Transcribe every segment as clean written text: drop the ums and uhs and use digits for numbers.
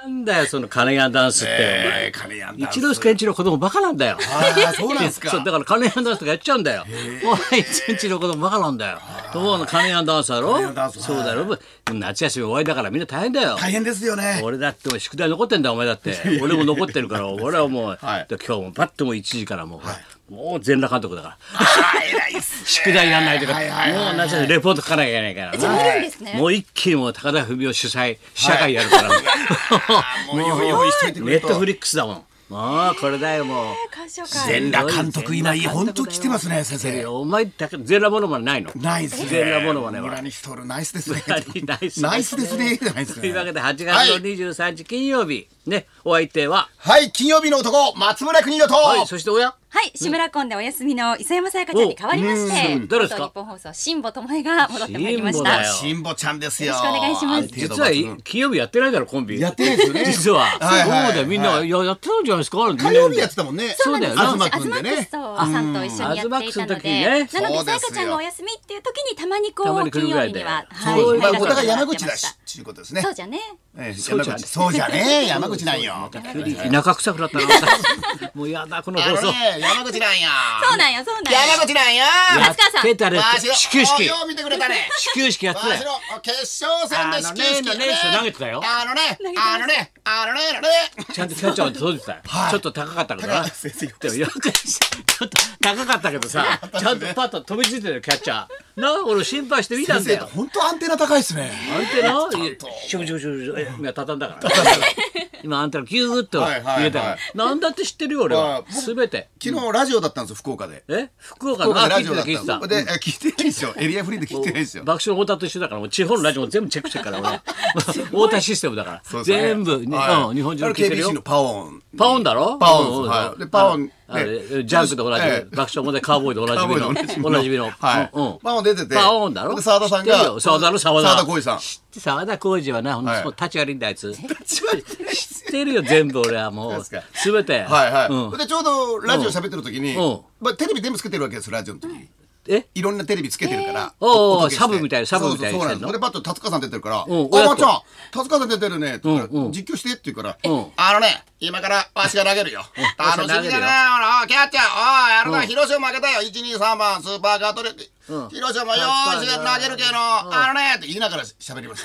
なんだよその金谷ダンスってお前。 金谷ダンス一之輔んちの子供バカなんだよ。 ああそうなんですか。 そうだから金谷ダンスとかやっちゃうんだよ。お前一日の子供バカなんだよ。どうの金谷ダンスだろ。 金谷ダンスそうだろ。夏休み終わりだからみんな大変だよ。 大変ですよね。 俺だって宿題残ってんだお前だって。俺も残ってるから俺はもう、 はい今日もパッともう1時からもう、もう全裸監督だから。 ああ偉いっすね。 宿題やんないとか、 はいはいはいはいもう夏休みレポート書かなきゃいけないからじゃあな。 見るんですね。 もう一気にもう高田文夫主催試写会やるから。 もう用意しといてくれと。 ネットフリックスだもん。もうこれだよもう。 鑑賞会。 全裸監督今本当来てますね先生。 お前だけ全裸ものまねないの？ ナイスね。 全裸ものまねは。 村西徹ナイスですね。 ナイスナイスですね。ナイスというわけで8月の23日金曜日ねお相手ははい金曜日の男松村邦洋と。 はいそして親はい志村コンでお休みの磯山さやかちゃんに代わりまして誰ですか元日本放送辛坊智恵が戻ってまいりました。 辛坊だよ辛坊ちゃんですよ。 よろしくお願いします実は金曜日やってないだろコンビ。 やってないですよね。 実ははいはいそうだよみんなはいいややってたんじゃないですか。 火曜日やってたもんね。 そうだよな。 東君でね。 さんと一緒にやっていたので、 東の時にねなのでさやかちゃんがお休みっていう時にたまにこたまうに来るぐらいで金曜日にはそうまあおはい互い山口だしっていうことですね。 そうじゃね。 そうじゃねそうじゃね山口なんよ。 田舎臭くなったな。もうやだこの放送。 山口なんや。 そうなんよそうなんよ。 山口なんや。 松川さんやってたね始球式。 よう見てくれたね。 始球式やってたよ。 決勝戦で始球式ね投げてたよ。 あのねちゃんとキャッチャーまで届いてたよ。ちょっと高かったけどな。 先生でもよくちょっと高かったけどさ、ちゃんとパッと飛びついてるキャッチャー。な俺心配して見たんだよ。 本当アンテナ高いですね。 アンテナ？今畳んだから。今アンテナギューッと入れたから。なんだって知ってるよ俺は。すべて。 昨日ラジオだったんですよ福岡で。 福岡のラジオだった聞いてた。 で聞いてないですよ。エリアフリーで聞いてないですよ。 爆笑の太田と一緒だからもう地方のラジオも全部チェックしてるから俺。太田システムだから全部日本中の聞いてるよ。 KBC のパオン。 パオンだろ？ パオンはい。でパオンジャンクと同じ爆笑問題カーボーイでおなじみのおなじみのパオン出ててパオンだろ？ 澤田さんが澤田浩二さん。 澤田浩二はなほんと立ち悪いんだあいつ。知ってるよ全部俺はもうすべて。 でちょうどラジオ喋ってる時にテレビ全部つけてるわけですラジオの時。いろんなテレビつけてるからサブみたいなサブみたいな。 そうなんです。でパッと達川さん出てるから「あまちゃん達川さん出てるね」って言ったら「実況して」って言うから「今からわしが投げるよ楽しみだねキャッチャーおい広島負けたよ123番スーパーガトレ広島よーし投げるけどって言いながら喋りました。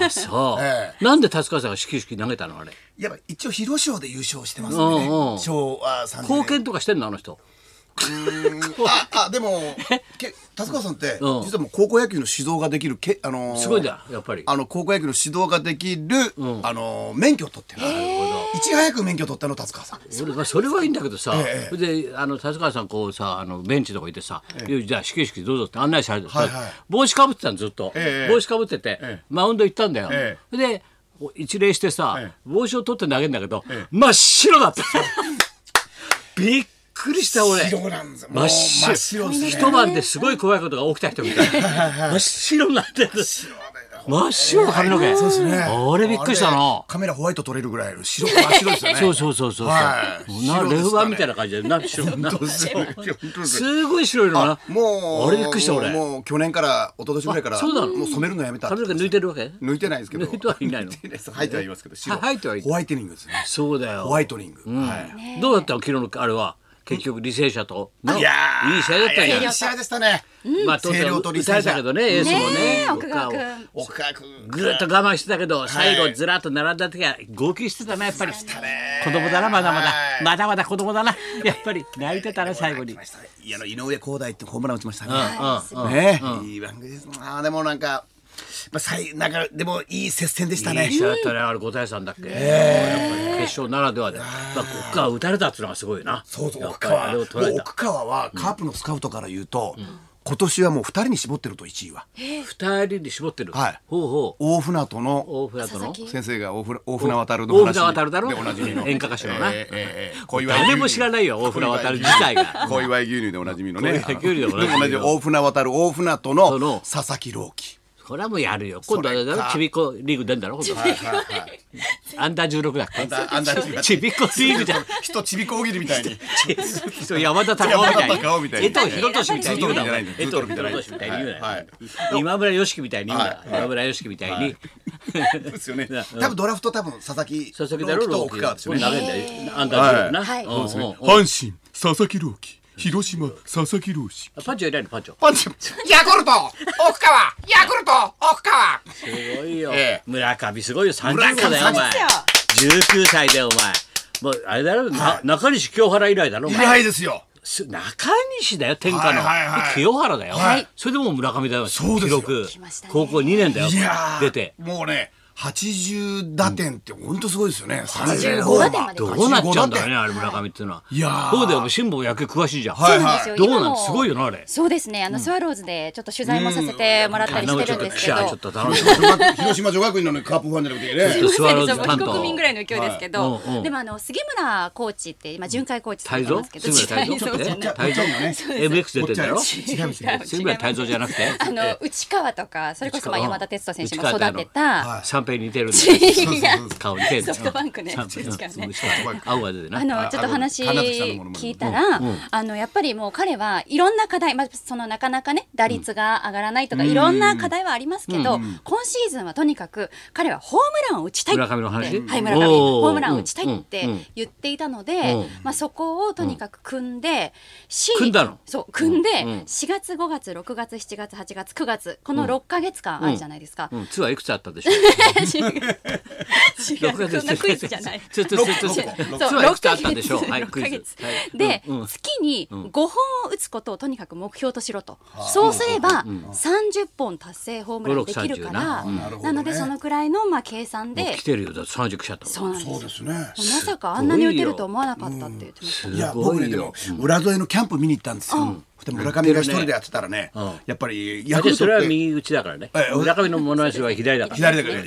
そうなんで達川さんが始球式投げたのあれ。 やっぱ一応広賞で優勝してますよね昭和30年。 貢献とかしてんのあの人。 でも達川さんって実はもう高校野球の指導ができるすごいんだやっぱり高校野球の指導ができる免許を取ってる。いち早く免許取ったの達川さん。 それはいいんだけどさで達川さんこうさベンチとかいてさじゃあ始球式どうぞって案内されて帽子かぶってたのずっと帽子かぶっててマウンド行ったんだよ。で一礼してさ帽子を取って投げるんだけど真っ白だった。びっくりした俺。真っ白。一晩ですごい怖いことが起きた人みたい。真っ白になってる。真っ白の髪の毛。 そうですね。 あれびっくりしたな。 カメラホワイト撮れるぐらいの真っ白ですよね。 そうレフ板みたいな感じでな白な。すごい白いのな。 もうあれびっくりした俺。 もう去年から一昨年ぐらいからもう染めるのやめた。 髪の毛抜いてるわけ？ 抜いてないですけど。 抜いてはいないの。 生えてはいますけど。 生えてはいホワイトニングですね。 そうだよ。 ホワイトニング。 どうだったの昨日のあれは。結局履正社といやいい試合だったね。いい試合でしたね。 まあ当然打たれたけどねエースもね奥川君ぐっと我慢してたけど最後ずらっと並んだ時は号泣してたねやっぱり。子供だなまだまだ子供だなやっぱり泣いてたね最後に。 井上康大ってホームラン打ちましたね。いい番組です。でもなんかでもいい接戦でしたね。 いい試合だったねあれ5対3だっけ。やっぱり決勝ならではで奥川打たれたっていうのがすごいな。 そう奥川はカープのスカウトから言うと今年はもう2人に絞ってると1位は。 2人に絞ってる。 大船渡の先生が大船渡の話でおなじみの演歌歌手のな。 誰も知らないよ大船渡自体が。 小祝牛乳でおなじみのね。 同じ大船渡の佐々木朗希。 これはもうやるよ。今度はちびっこリーグ出んだろ。今度アンダー16だっけ。 アンダーちびっこリーグじゃん。 人ちびっこ大喜利みたいに。 山田隆夫みたいに。江藤博俊みたいに言うな。江藤博俊みたいに言うな。今村良樹みたいに言うな。今村良樹みたいに。 ですよね。多分ドラフト佐々木だろう。 奥川ですよね。 投げんだよ。アンダー16な。 阪神佐々木朗希。広島佐々木朗希。 パンチはいないのパンチ。 ヤクルト奥川ヤクルト奥川。 すごいよ。村上すごいよ。30号だよお前。19歳でお前。もうあれだろ。中西清原以来だろ。 以来ですよ。 中西だよ天下の清原だよ。それでも村上だよ。記録高校2年だよ。出てもうね。80打点って本当すごいですよね。 35打点まで。 どうなっちゃうんだよねあれ村上っていうのは。 いやそうだよ。辛抱野球詳しいじゃん。 そうなんですよ。 どうなんすごいよなあれ。 そうですね。スワローズでちょっと取材もさせてもらったりしてるんですけど。 ちょっと頼む。 広島女学院のカープファンじゃなくてね。 スワローズ担当。 非国民ぐらいの勢いですけど。でも杉村コーチって今巡回コーチって言ってますけど。 泰造じゃない。泰造ね。MX 出てんだろ。杉村泰造じゃなくて。 内川とかそれこそ山田哲人選手も育てた。 三平に似てるんだ。顔似てる。 ソフトバンクね。 青が出てな。 ちょっと話聞いたら、やっぱりもう彼はいろんな課題、そのなかなかね打率が上がらないとかいろんな課題はありますけど、今シーズンはとにかく彼はホームランを打ちたいって。 村上の話。 はい、村上ホームランを打ちたいって言っていたので、そこをとにかく組んで、 組んだの。 そう組んで4月5月6月7月8月9月この6ヶ月間あるじゃないですか。 ツアーいくつあったでしょう。 6月そんなクイズじゃない。 ツアーいくつあったんでしょう。はい、クイズ。 で、月に5本を打つことをとにかく目標としろと。そうすれば30本達成ホームランできるから、なのでそのくらいの計算で。 来てるよ。だって30来ちゃった。 そうなんです。 そうですね。 まさかあんなに打てると思わなかったって言ってました。 いや僕ねでも浦添のキャンプ見に行ったんですよ。村上が一人でやってたらね、やっぱりヤクルトってそれは右打ちだからね。村上の物足は左だから。 左だから。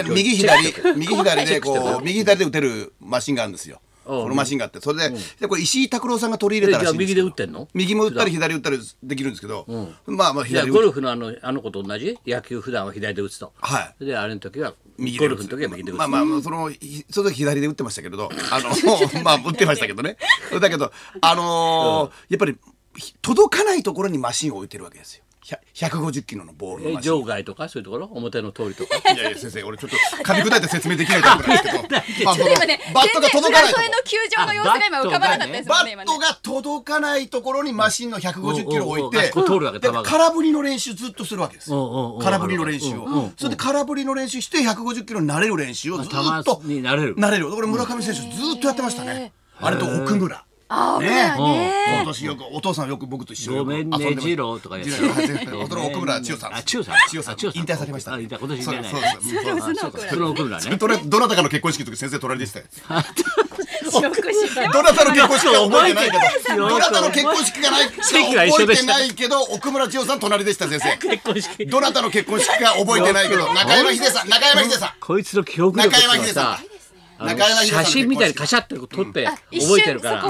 右左でこう右左で打てるマシンがあるんですよ。このマシンがあって、それでこれ石井拓郎さんが取り入れたらしいんですよ。 右で打ってんの？ 右も打ったり左打ったりできるんですけど、まあ左。 ゴルフのあの子と同じ？野球普段は左で打つと。はい。であれの時はゴルフの時は右で打つ。 まあその時左で打ってましたけど、まあ打ってましたけどね。だけどやっぱり届かないところにマシンを置いてるわけですよ。150キロのボールのマシン。 場外とかそういうところ、表の通りとか。 いや先生、俺ちょっと噛み砕いて説明できないと思うんですけど、バットが届かない。 それの球場の様子が今浮かばなかったですもんね。バットが届かないところにマシンの150キロを置いて、 空振りの練習ずっとするわけですよ。空振りの練習を。それで空振りの練習して150キロになれる練習をずっとなれる。 これ村上選手ずっとやってましたね。あれと奥村。 ね、 今年よくお父さんよく僕と一緒にごめんね次郎とかやって奥村千代さん。引退されました。 今年引退ね。 その奥村ね。 どなたかの結婚式の時先生隣でしたよ。 どなたの結婚式か覚えてないけど、どなたの結婚式がない覚えてないけど、奥村千代さん隣でした先生。 結婚式。 どなたの結婚式か覚えてないけど、中山秀さん。 こいつの記憶力がさ。写真みたいにカシャって撮って覚えてるから、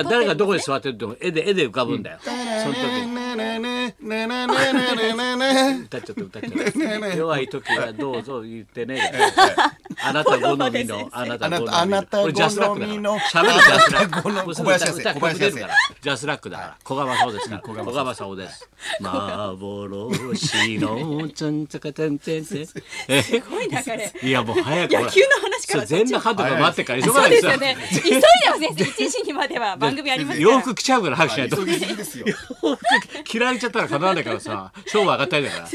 誰がどこに座ってるって絵で浮かぶんだよ。その時歌っちゃった弱い時はどうぞ言ってね。あなた好みのジャスラックだから喋るジャスラック。 小林先生ジャスラックだから小川そうですから小川そうです。幻のチャンチャカチャンチャンチャン。 すごい流れ。 いやもう早く野球の話から全裸監督が待ってから急がそうないですよね。急いでますね。1時にまでは番組ありますから。 洋服着ちゃうから早くしないと。洋服着られちゃったらかなわないからさ、勝負上がったりだから。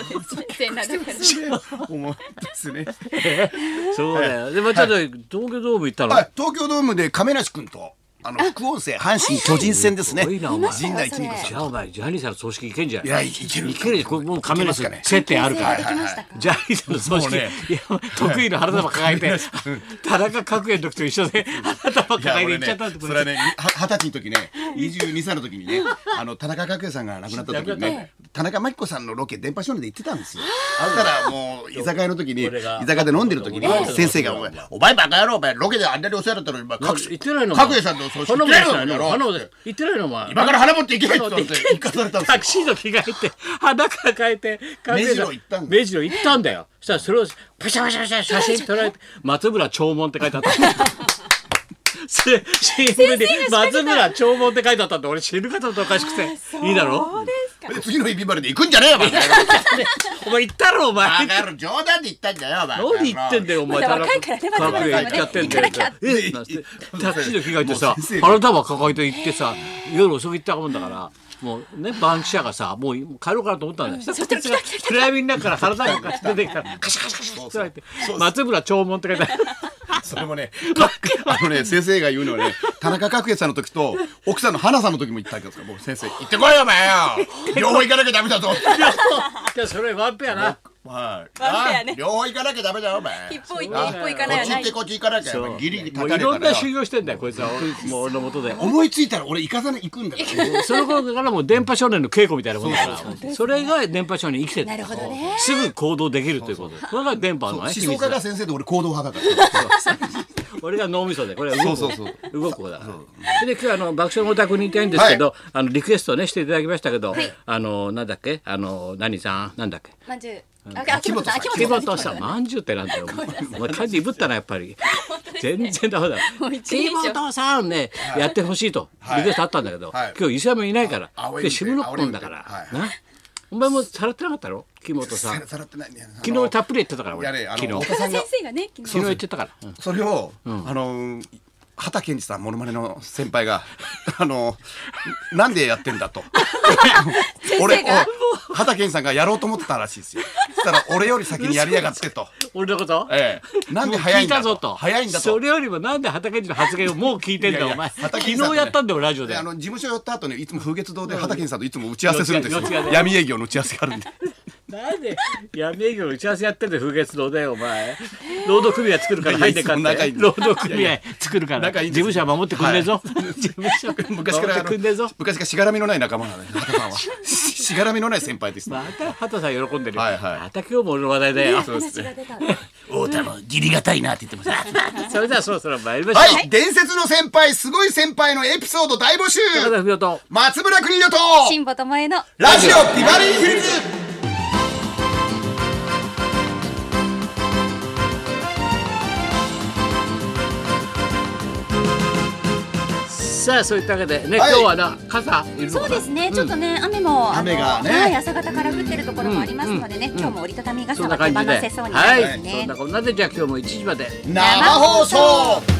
そうだよ。でもちょっと東京ドーム行ったの？ 東京ドームで亀梨君と副音声阪神巨人戦ですね。陣内貴美子さん。 じゃあお前ジャニーさんの葬式行けんじゃん。 いやいける。 もう亀梨接点あるから。ジャニーさんの葬式得意の花束抱えて田中角栄の時と一緒で花束抱えて行っちゃったってこと。 それはね20歳の時ね22歳の時にね田中角栄さんが亡くなった時にね田中真紀子さんのロケ電波少年で行ってたんですよ。あったらもう居酒屋の時に居酒屋で飲んでる時に先生が「お前バカ野郎お前ロケであんなにお世話だったのに角栄さんの花もしたの。花もで言ってないのお前。 今から花持って行けって言って行かされたんですよ。 タキシード着替えて花抱えて目白行ったんだ。 目白行ったんだよ。そしたらそれをパシャパシャパシャ写真撮られて松村長門って書いてあった。新聞に松村長門って書いてあったんで俺死ぬかとおかしくていいだろ。 次の日ビバルで行くんじゃねえよお前言ったろお前。 冗談で言ったんだよお前。 何言ってんだよお前。 若いからね松村さんはね行かなきゃ。 タクシーの着替えてさ花束抱えて行ってさ夜遅く行ったもんだから。もうねバンキシャがさもう帰ろうかなと思ったんだよ。そしたら暗闇の中から花束が出てきたらカシャカシャカシャって言われて松村長門って書いてある。 それもね先生が言うのはね田中角栄さんの時と奥さんの花さんの時も言ったわけですからもう先生行ってこいよお前よ両方行かなきゃダメだぞ。 じゃあそれワンペアな。 はい。 ワンペアね。 両方行かなきゃダメだよお前。 一方行って一方行かないよ。 こっち行かなきゃギリギリもういろんな修行してんだよこいつはもう俺の元で。 思いついたら俺行かさない行くんだよ。 その頃からもう電波少年の稽古みたいなもんだからそれが電波少年生きてる。 なるほどね。 すぐ行動できるということ。これが電波のね。 思想家が先生で俺行動派だから。 俺が脳みそでこれは動く方だから。で今日爆笑のお宅にいたいんですけどリクエストねしていただきましたけどなんだっけ何さんなんだっけ。 まんじゅう。 秋元さんまんじゅうってなんだよ。お前漢字いぶったなやっぱり。全然ダメだ。木本さんねやってほしいとリクエストあったんだけど今日伊勢山いないから今日下の子だからな。お前もさらってなかったろ木本さん。昨日たっぷり言ってたから俺。昨日先生がね昨日言ってたから。 それを畑健二さんモノマネの先輩がなんでやってんだと俺畑健二さんがやろうと思ってたらしいですよ。そしたら俺より先にやりやがってと。 俺のこと？ なんで早いんだと。 早いんだと。それよりもなんで畑健二の発言をもう聞いてんだお前。昨日やったんだよラジオで。 事務所寄った後にいつも風月堂で畑健二さんといつも打ち合わせするんですよ。闇営業の打ち合わせがあるんで。 なんで闇営業の打ち合わせやってんだよ風月堂でお前。労働組合作るから入ってかんね。労働組合作るから事務所は守ってくんねえぞ。事務所昔からしがらみのない仲間なのね。畑さんはしがらみのない先輩です。 また畑さん喜んでる。また今日も俺の話題だよ。太田も義理がたいなって言ってます。それではそろそろ参りましょう。 はい伝説の先輩すごい先輩のエピソード大募集。松村邦洋と辛坊智恵のラジオビバリーヒルズ。 さあそういったわけでね今日はな傘いるのかな。 そうですねちょっとね雨も雨がね朝方から降ってるところもありますのでね今日も折りたたみ傘は手放せそうになはいですね。 そんなこんなでじゃあ今日も1時まで生放送。